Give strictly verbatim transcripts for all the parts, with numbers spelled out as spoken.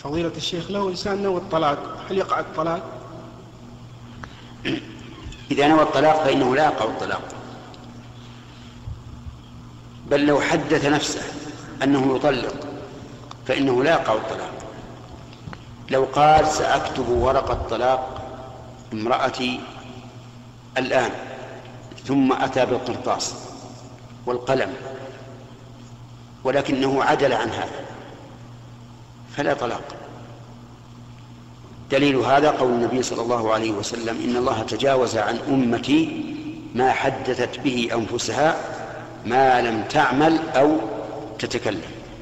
فضيلة الشيخ، لو إنسان نوى الطلاق هل يقع الطلاق؟ إذا نوى الطلاق فإنه لا يقع الطلاق، بل لو حدث نفسه أنه يطلق فإنه لا يقع الطلاق. لو قال سأكتب ورقة طلاق امرأتي الآن، ثم أتى بالقرطاس والقلم ولكنه عدل عن هذا فلا طلاق. دليل هذا قول النبي صلى الله عليه وسلم: إن الله تجاوز عن أمتي ما حدثت به أنفسها ما لم تعمل أو تتكلم.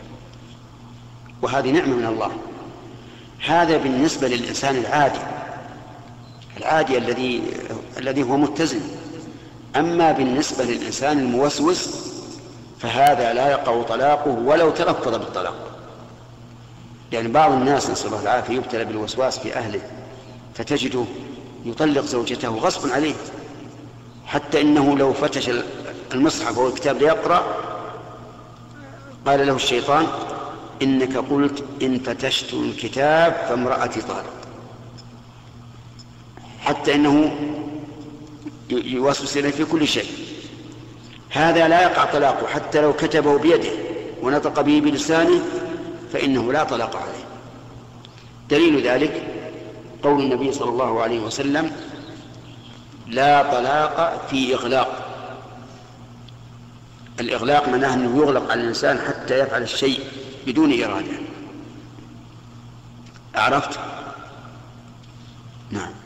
وهذه نعمة من الله. هذا بالنسبة للإنسان العادي العادي الذي الذي هو متزن. أما بالنسبة للإنسان الموسوس فهذا لا يقع طلاقه ولو تلفظ بالطلاق، لأن يعني بعض الناس نسأل الله العافية يبتلى بالوسواس في أهله فتجده يطلق زوجته غصب عليه، حتى إنه لو فتش المصحف أو الكتاب ليقرأ قال له الشيطان: إنك قلت إن فتشت الكتاب فامرأتي طالق. حتى إنه يوسوس إليه في كل شيء. هذا لا يقع طلاقه حتى لو كتبه بيده ونطق به بلسانه فإنه لا طلاق عليه. دليل ذلك قول النبي صلى الله عليه وسلم: لا طلاق في إغلاق. الإغلاق معناه أنه يغلق على الإنسان حتى يفعل الشيء بدون إرادة. عرفت؟ نعم.